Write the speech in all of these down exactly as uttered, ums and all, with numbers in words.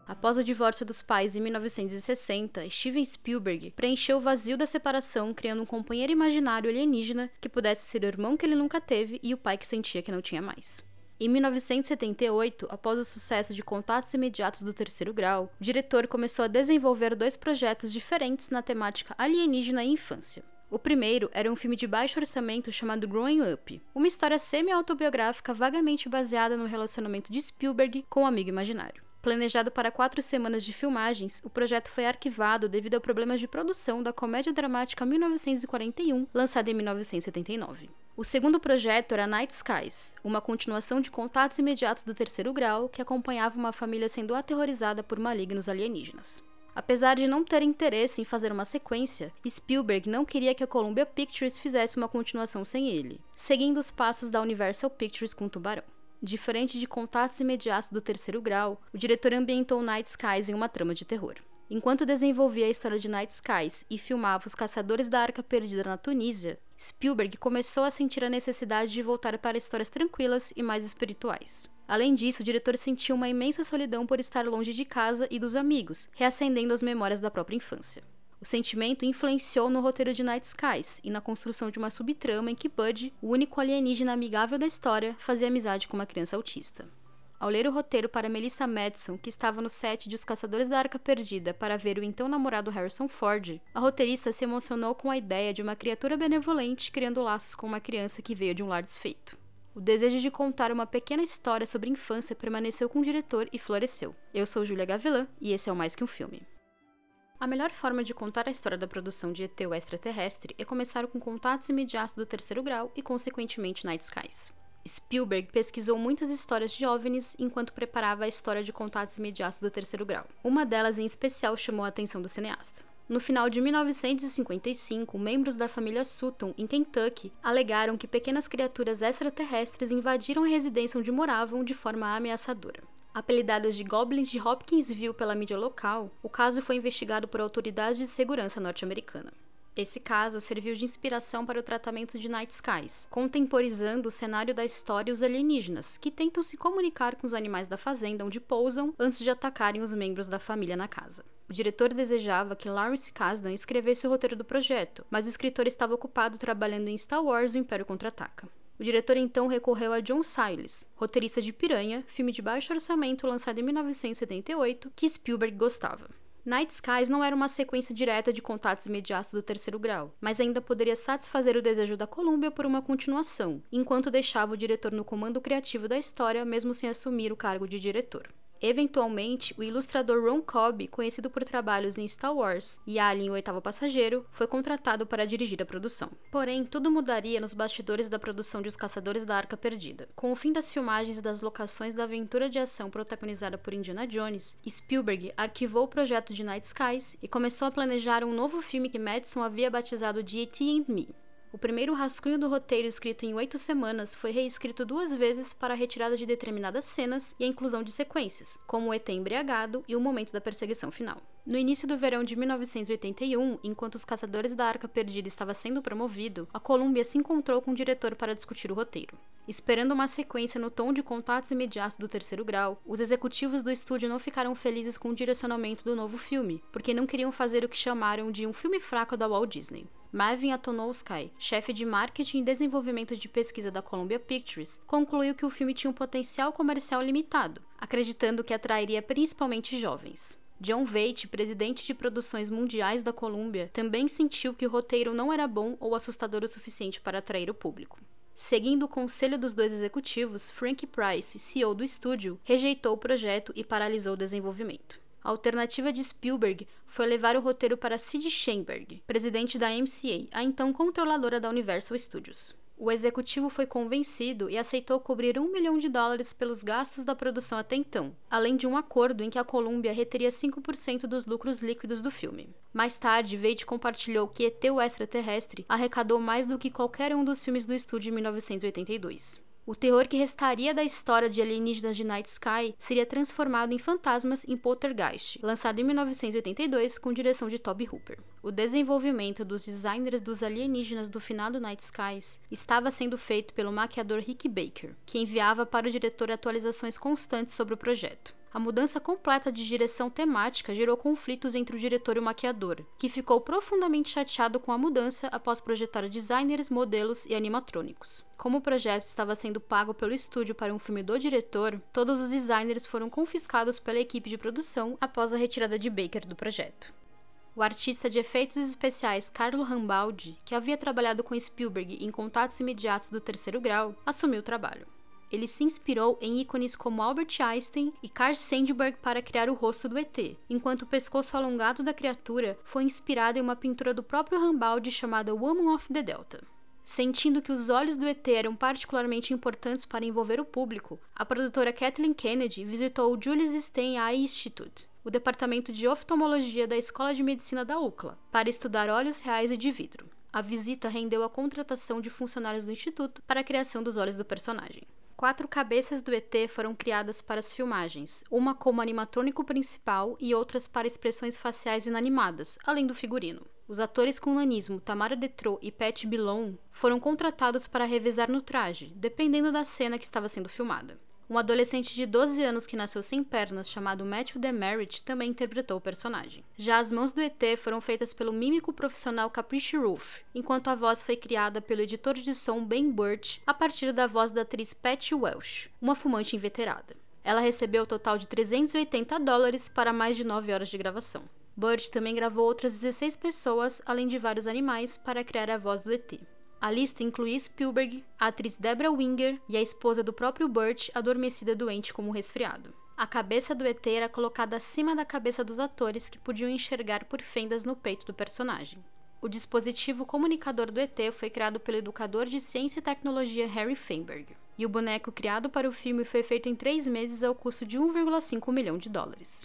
Após o divórcio dos pais em mil novecentos e sessenta, Steven Spielberg preencheu o vazio da separação criando um companheiro imaginário alienígena que pudesse ser o irmão que ele nunca teve e o pai que sentia que não tinha mais. Em mil novecentos e setenta e oito, após o sucesso de Contatos Imediatos do Terceiro Grau, o diretor começou a desenvolver dois projetos diferentes na temática alienígena e infância. O primeiro era um filme de baixo orçamento chamado Growing Up, uma história semi-autobiográfica vagamente baseada no relacionamento de Spielberg com um amigo imaginário. Planejado para quatro semanas de filmagens, o projeto foi arquivado devido a problemas de produção da comédia dramática mil novecentos e quarenta e um, lançada em mil novecentos e setenta e nove. O segundo projeto era Night Skies, uma continuação de Contatos Imediatos do Terceiro Grau que acompanhava uma família sendo aterrorizada por malignos alienígenas. Apesar de não ter interesse em fazer uma sequência, Spielberg não queria que a Columbia Pictures fizesse uma continuação sem ele, seguindo os passos da Universal Pictures com Tubarão. Diferente de Contatos Imediatos do Terceiro Grau, o diretor ambientou Night Skies em uma trama de terror. Enquanto desenvolvia a história de Night Skies e filmava os caçadores da Arca Perdida na Tunísia, Spielberg começou a sentir a necessidade de voltar para histórias tranquilas e mais espirituais. Além disso, o diretor sentiu uma imensa solidão por estar longe de casa e dos amigos, reacendendo as memórias da própria infância. O sentimento influenciou no roteiro de Night Skies e na construção de uma subtrama em que Bud, o único alienígena amigável da história, fazia amizade com uma criança autista. Ao ler o roteiro para Melissa Madison, que estava no set de Os Caçadores da Arca Perdida para ver o então namorado Harrison Ford, a roteirista se emocionou com a ideia de uma criatura benevolente criando laços com uma criança que veio de um lar desfeito. O desejo de contar uma pequena história sobre infância permaneceu com o diretor e floresceu. Eu sou Júlia Gavilã e esse é o Mais Que Um Filme. A melhor forma de contar a história da produção de E T o Extraterrestre é começar com Contatos Imediatos do Terceiro Grau e, consequentemente, Night Skies. Spielberg pesquisou muitas histórias de OVNIs enquanto preparava a história de Contatos Imediatos do Terceiro Grau. Uma delas, em especial, chamou a atenção do cineasta. No final de mil novecentos e cinquenta e cinco, membros da família Sutton, em Kentucky, alegaram que pequenas criaturas extraterrestres invadiram a residência onde moravam de forma ameaçadora. Apelidadas de Goblins de Hopkinsville pela mídia local, o caso foi investigado por autoridades de segurança norte-americana. Esse caso serviu de inspiração para o tratamento de Night Skies, contemporizando o cenário da história e os alienígenas, que tentam se comunicar com os animais da fazenda onde pousam antes de atacarem os membros da família na casa. O diretor desejava que Lawrence Kasdan escrevesse o roteiro do projeto, mas o escritor estava ocupado trabalhando em Star Wars: O Império Contra-Ataca. O diretor então recorreu a John Sayles, roteirista de Piranha, filme de baixo orçamento lançado em mil novecentos e setenta e oito, que Spielberg gostava. Night Skies não era uma sequência direta de Contatos Imediatos do Terceiro Grau, mas ainda poderia satisfazer o desejo da Columbia por uma continuação, enquanto deixava o diretor no comando criativo da história, mesmo sem assumir o cargo de diretor. Eventualmente, o ilustrador Ron Cobb, conhecido por trabalhos em Star Wars e Alien: O Oitavo Passageiro, foi contratado para dirigir a produção. Porém, tudo mudaria nos bastidores da produção de Os Caçadores da Arca Perdida. Com o fim das filmagens das locações da aventura de ação protagonizada por Indiana Jones, Spielberg arquivou o projeto de Night Skies e começou a planejar um novo filme que Madison havia batizado de E T and Me. O primeiro rascunho do roteiro, escrito em oito semanas, foi reescrito duas vezes para a retirada de determinadas cenas e a inclusão de sequências, como o E T embriagado e o momento da perseguição final. No início do verão de mil novecentos e oitenta e um, enquanto Os Caçadores da Arca Perdida estava sendo promovido, a Columbia se encontrou com o diretor para discutir o roteiro. Esperando uma sequência no tom de Contatos Imediatos do Terceiro Grau, os executivos do estúdio não ficaram felizes com o direcionamento do novo filme, porque não queriam fazer o que chamaram de um filme fraco da Walt Disney. Marvin Antonowsky, chefe de marketing e desenvolvimento de pesquisa da Columbia Pictures, concluiu que o filme tinha um potencial comercial limitado, acreditando que atrairia principalmente jovens. John Veidt, presidente de produções mundiais da Columbia, também sentiu que o roteiro não era bom ou assustador o suficiente para atrair o público. Seguindo o conselho dos dois executivos, Frank Price, C E O do estúdio, rejeitou o projeto e paralisou o desenvolvimento. A alternativa de Spielberg foi levar o roteiro para Sid Sheinberg, presidente da M C A, a então controladora da Universal Studios. O executivo foi convencido e aceitou cobrir um milhão de dólares pelos gastos da produção até então, além de um acordo em que a Columbia reteria cinco por cento dos lucros líquidos do filme. Mais tarde, Veidt compartilhou que E T o Extraterrestre arrecadou mais do que qualquer um dos filmes do estúdio em mil novecentos e oitenta e dois. O terror que restaria da história de alienígenas de Night Sky seria transformado em fantasmas em Poltergeist, lançado em mil novecentos e oitenta e dois com direção de Tobe Hooper. O desenvolvimento dos designers dos alienígenas do finado Night Skies estava sendo feito pelo maquiador Rick Baker, que enviava para o diretor atualizações constantes sobre o projeto. A mudança completa de direção temática gerou conflitos entre o diretor e o maquiador, que ficou profundamente chateado com a mudança após projetar designers, modelos e animatrônicos. Como o projeto estava sendo pago pelo estúdio para um filme do diretor, todos os designers foram confiscados pela equipe de produção após a retirada de Baker do projeto. O artista de efeitos especiais Carlo Rambaldi, que havia trabalhado com Spielberg em Contatos Imediatos do Terceiro Grau, assumiu o trabalho. Ele se inspirou em ícones como Albert Einstein e Carl Sandburg para criar o rosto do E T, enquanto o pescoço alongado da criatura foi inspirado em uma pintura do próprio Rambaldi chamada Woman of the Delta. Sentindo que os olhos do E T eram particularmente importantes para envolver o público, a produtora Kathleen Kennedy visitou o Julius Stein Eye Institute, o departamento de oftalmologia da Escola de Medicina da U C L A, para estudar olhos reais e de vidro. A visita rendeu a contratação de funcionários do instituto para a criação dos olhos do personagem. Quatro cabeças do E T foram criadas para as filmagens, uma como animatrônico principal e outras para expressões faciais inanimadas, além do figurino. Os atores com nanismo Tamara Detrot e Pat Billon foram contratados para revezar no traje, dependendo da cena que estava sendo filmada. Um adolescente de doze anos que nasceu sem pernas, chamado Matthew Demerit, também interpretou o personagem. Já as mãos do E T foram feitas pelo mímico profissional Caprice Roof, enquanto a voz foi criada pelo editor de som Ben Burtt a partir da voz da atriz Patty Welsh, uma fumante inveterada. Ela recebeu o total de trezentos e oitenta dólares para mais de nove horas de gravação. Burtt também gravou outras dezesseis pessoas, além de vários animais, para criar a voz do E T. A lista incluía Spielberg, a atriz Debra Winger e a esposa do próprio Burtt, adormecida doente como um resfriado. A cabeça do E T era colocada acima da cabeça dos atores, que podiam enxergar por fendas no peito do personagem. O dispositivo comunicador do E T foi criado pelo educador de ciência e tecnologia Harry Feinberg, e o boneco criado para o filme foi feito em três meses ao custo de um vírgula cinco milhão de dólares.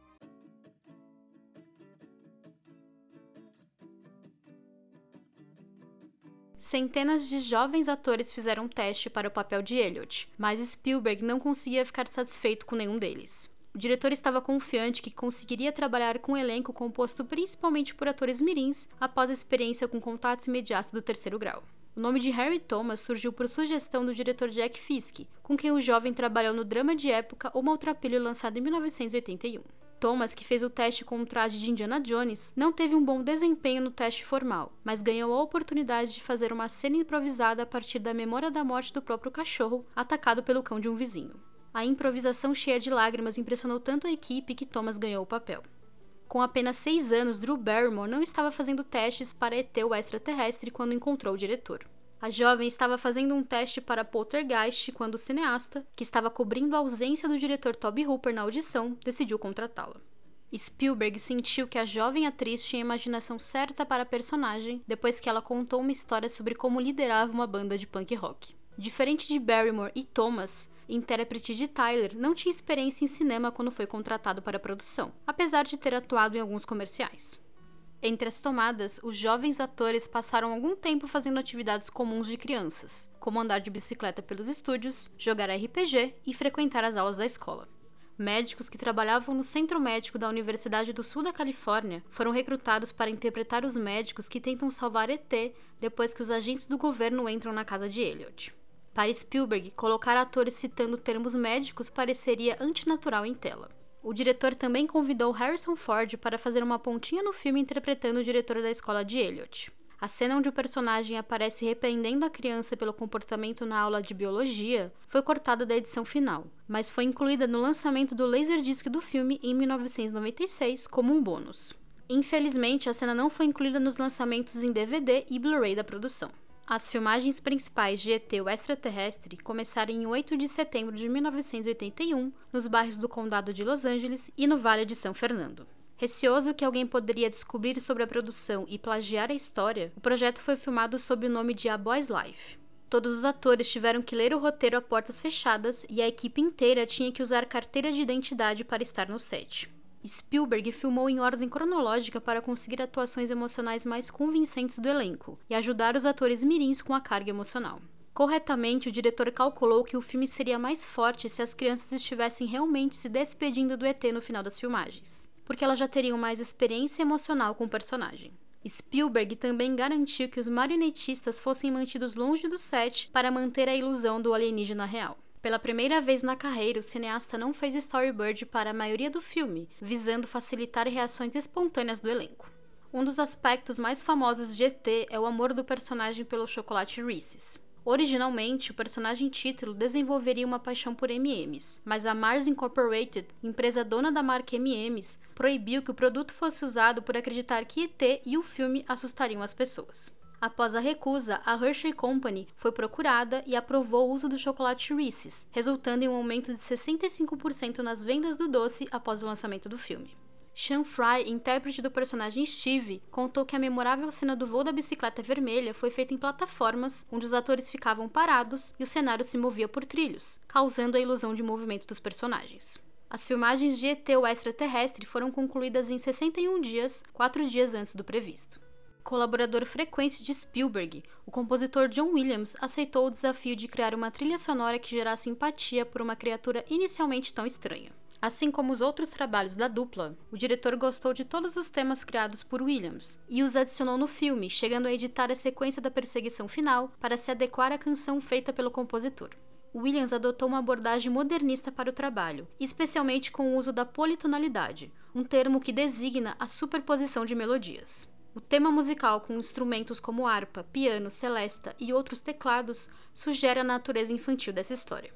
Centenas de jovens atores fizeram teste para o papel de Elliot, mas Spielberg não conseguia ficar satisfeito com nenhum deles. O diretor estava confiante que conseguiria trabalhar com um elenco composto principalmente por atores mirins após a experiência com Contatos Imediatos do Terceiro Grau. O nome de Harry Thomas surgiu por sugestão do diretor Jack Fisk, com quem o jovem trabalhou no drama de época O Maltrapilho, lançado em mil novecentos e oitenta e um. Thomas, que fez o teste com o traje de Indiana Jones, não teve um bom desempenho no teste formal, mas ganhou a oportunidade de fazer uma cena improvisada a partir da memória da morte do próprio cachorro, atacado pelo cão de um vizinho. A improvisação cheia de lágrimas impressionou tanto a equipe que Thomas ganhou o papel. Com apenas seis anos, Drew Barrymore não estava fazendo testes para E T o extraterrestre quando encontrou o diretor. A jovem estava fazendo um teste para Poltergeist quando o cineasta, que estava cobrindo a ausência do diretor Tobe Hooper na audição, decidiu contratá-la. Spielberg sentiu que a jovem atriz tinha a imaginação certa para a personagem depois que ela contou uma história sobre como liderava uma banda de punk rock. Diferente de Barrymore e Thomas, intérprete de Tyler não tinha experiência em cinema quando foi contratado para a produção, apesar de ter atuado em alguns comerciais. Entre as tomadas, os jovens atores passaram algum tempo fazendo atividades comuns de crianças, como andar de bicicleta pelos estúdios, jogar R P G e frequentar as aulas da escola. Médicos que trabalhavam no Centro Médico da Universidade do Sul da Califórnia foram recrutados para interpretar os médicos que tentam salvar E T depois que os agentes do governo entram na casa de Elliot. Para Spielberg, colocar atores citando termos médicos pareceria antinatural em tela. O diretor também convidou Harrison Ford para fazer uma pontinha no filme interpretando o diretor da escola de Elliot. A cena onde o personagem aparece repreendendo a criança pelo comportamento na aula de biologia foi cortada da edição final, mas foi incluída no lançamento do Laserdisc do filme em mil novecentos e noventa e seis como um bônus. Infelizmente, a cena não foi incluída nos lançamentos em D V D e Blu-ray da produção. As filmagens principais de E T o extraterrestre começaram em oito de setembro de mil novecentos e oitenta e um, nos bairros do Condado de Los Angeles e no Vale de São Fernando. Receoso que alguém poderia descobrir sobre a produção e plagiar a história, o projeto foi filmado sob o nome de A Boy's Life. Todos os atores tiveram que ler o roteiro a portas fechadas e a equipe inteira tinha que usar carteira de identidade para estar no set. Spielberg filmou em ordem cronológica para conseguir atuações emocionais mais convincentes do elenco e ajudar os atores mirins com a carga emocional. Corretamente, o diretor calculou que o filme seria mais forte se as crianças estivessem realmente se despedindo do E T no final das filmagens, porque elas já teriam mais experiência emocional com o personagem. Spielberg também garantiu que os marionetistas fossem mantidos longe do set para manter a ilusão do alienígena real. Pela primeira vez na carreira, o cineasta não fez storyboard para a maioria do filme, visando facilitar reações espontâneas do elenco. Um dos aspectos mais famosos de E T é o amor do personagem pelo chocolate Reese's. Originalmente, o personagem título desenvolveria uma paixão por M e M's, mas a Mars Incorporated, empresa dona da marca M e M's, proibiu que o produto fosse usado por acreditar que E T e o filme assustariam as pessoas. Após a recusa, a Hershey Company foi procurada e aprovou o uso do chocolate Reese's, resultando em um aumento de sessenta e cinco por cento nas vendas do doce após o lançamento do filme. Sean Fry, intérprete do personagem Steve, contou que a memorável cena do voo da bicicleta vermelha foi feita em plataformas, onde os atores ficavam parados e o cenário se movia por trilhos, causando a ilusão de movimento dos personagens. As filmagens de E T o Extraterrestre foram concluídas em sessenta e um dias, quatro dias antes do previsto. Colaborador frequente de Spielberg, o compositor John Williams aceitou o desafio de criar uma trilha sonora que gerasse empatia por uma criatura inicialmente tão estranha. Assim como os outros trabalhos da dupla, o diretor gostou de todos os temas criados por Williams e os adicionou no filme, chegando a editar a sequência da perseguição final para se adequar à canção feita pelo compositor. Williams adotou uma abordagem modernista para o trabalho, especialmente com o uso da politonalidade, um termo que designa a superposição de melodias. O tema musical, com instrumentos como harpa, piano, celesta e outros teclados, sugere a natureza infantil dessa história.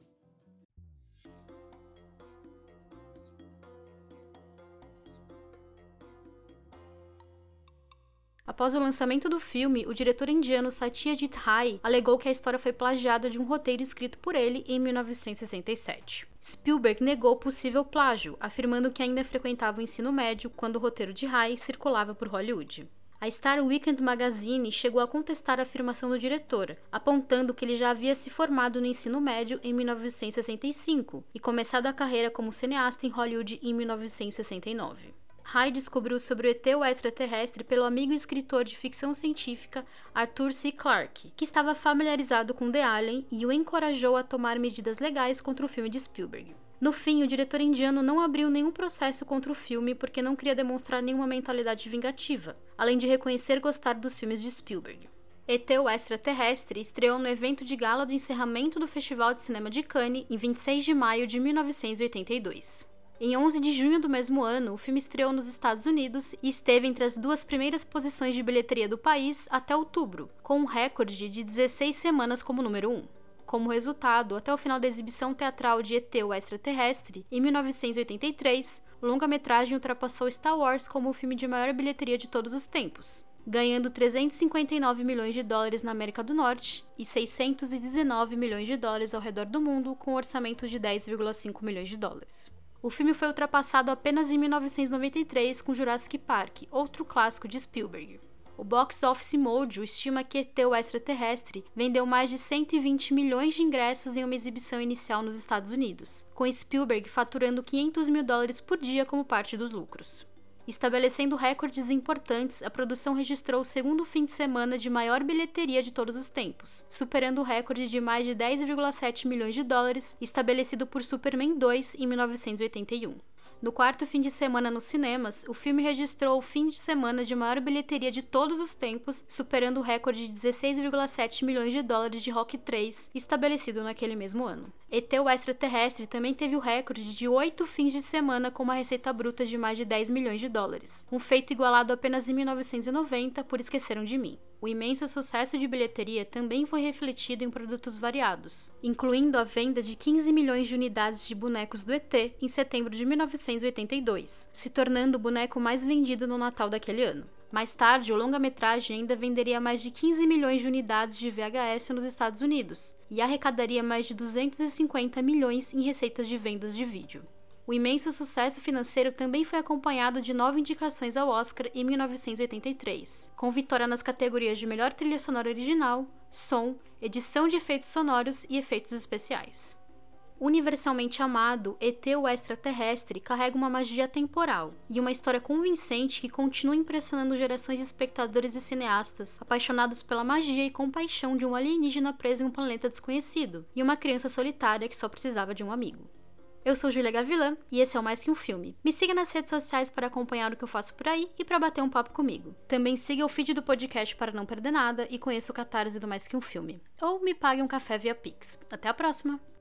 Após o lançamento do filme, o diretor indiano Satyajit Ray alegou que a história foi plagiada de um roteiro escrito por ele em mil novecentos e sessenta e sete. Spielberg negou possível plágio, afirmando que ainda frequentava o ensino médio quando o roteiro de Ray circulava por Hollywood. A Star Weekend Magazine chegou a contestar a afirmação do diretor, apontando que ele já havia se formado no ensino médio em mil novecentos e sessenta e cinco e começado a carreira como cineasta em Hollywood em mil novecentos e sessenta e nove. Ray descobriu sobre o E T o Extraterrestre pelo amigo e escritor de ficção científica Arthur C. Clarke, que estava familiarizado com The Alien e o encorajou a tomar medidas legais contra o filme de Spielberg. No fim, o diretor indiano não abriu nenhum processo contra o filme porque não queria demonstrar nenhuma mentalidade vingativa, além de reconhecer gostar dos filmes de Spielberg. E T o Extraterrestre estreou no evento de gala do encerramento do Festival de Cinema de Cannes em vinte e seis de maio de mil novecentos e oitenta e dois. Em onze de junho do mesmo ano, o filme estreou nos Estados Unidos e esteve entre as duas primeiras posições de bilheteria do país até outubro, com um recorde de dezesseis semanas como número um. Como resultado, até o final da exibição teatral de E T o Extraterrestre, em mil novecentos e oitenta e três, o longa-metragem ultrapassou Star Wars como o filme de maior bilheteria de todos os tempos, ganhando trezentos e cinquenta e nove milhões de dólares na América do Norte e seiscentos e dezenove milhões de dólares ao redor do mundo, com um orçamento de dez vírgula cinco milhões de dólares. O filme foi ultrapassado apenas em mil novecentos e noventa e três com Jurassic Park, outro clássico de Spielberg. O Box Office Mojo estima que E T o Extraterrestre vendeu mais de cento e vinte milhões de ingressos em uma exibição inicial nos Estados Unidos, com Spielberg faturando quinhentos mil dólares por dia como parte dos lucros. Estabelecendo recordes importantes, a produção registrou o segundo fim de semana de maior bilheteria de todos os tempos, superando o recorde de mais de dez vírgula sete milhões de dólares estabelecido por Superman dois em mil novecentos e oitenta e um. No quarto fim de semana nos cinemas, o filme registrou o fim de semana de maior bilheteria de todos os tempos, superando o recorde de dezesseis vírgula sete milhões de dólares de Rocky três, estabelecido naquele mesmo ano. E T o Extraterrestre também teve o recorde de oito fins de semana com uma receita bruta de mais de dez milhões de dólares, um feito igualado apenas em mil novecentos e noventa por Esqueceram de Mim. O imenso sucesso de bilheteria também foi refletido em produtos variados, incluindo a venda de quinze milhões de unidades de bonecos do E T em setembro de mil novecentos e oitenta e dois, se tornando o boneco mais vendido no Natal daquele ano. Mais tarde, o longa-metragem ainda venderia mais de quinze milhões de unidades de V H S nos Estados Unidos e arrecadaria mais de duzentos e cinquenta milhões em receitas de vendas de vídeo. O imenso sucesso financeiro também foi acompanhado de nove indicações ao Oscar em mil novecentos e oitenta e três, com vitória nas categorias de melhor trilha sonora original, som, edição de efeitos sonoros e efeitos especiais. Universalmente amado, E T o Extraterrestre carrega uma magia temporal e uma história convincente que continua impressionando gerações de espectadores e cineastas apaixonados pela magia e compaixão de um alienígena preso em um planeta desconhecido e uma criança solitária que só precisava de um amigo. Eu sou Júlia Gavilã e esse é o Mais Que Um Filme. Me siga nas redes sociais para acompanhar o que eu faço por aí e para bater um papo comigo. Também siga o feed do podcast para não perder nada e conheça o Catarse do Mais Que Um Filme. Ou me pague um café via Pix. Até a próxima!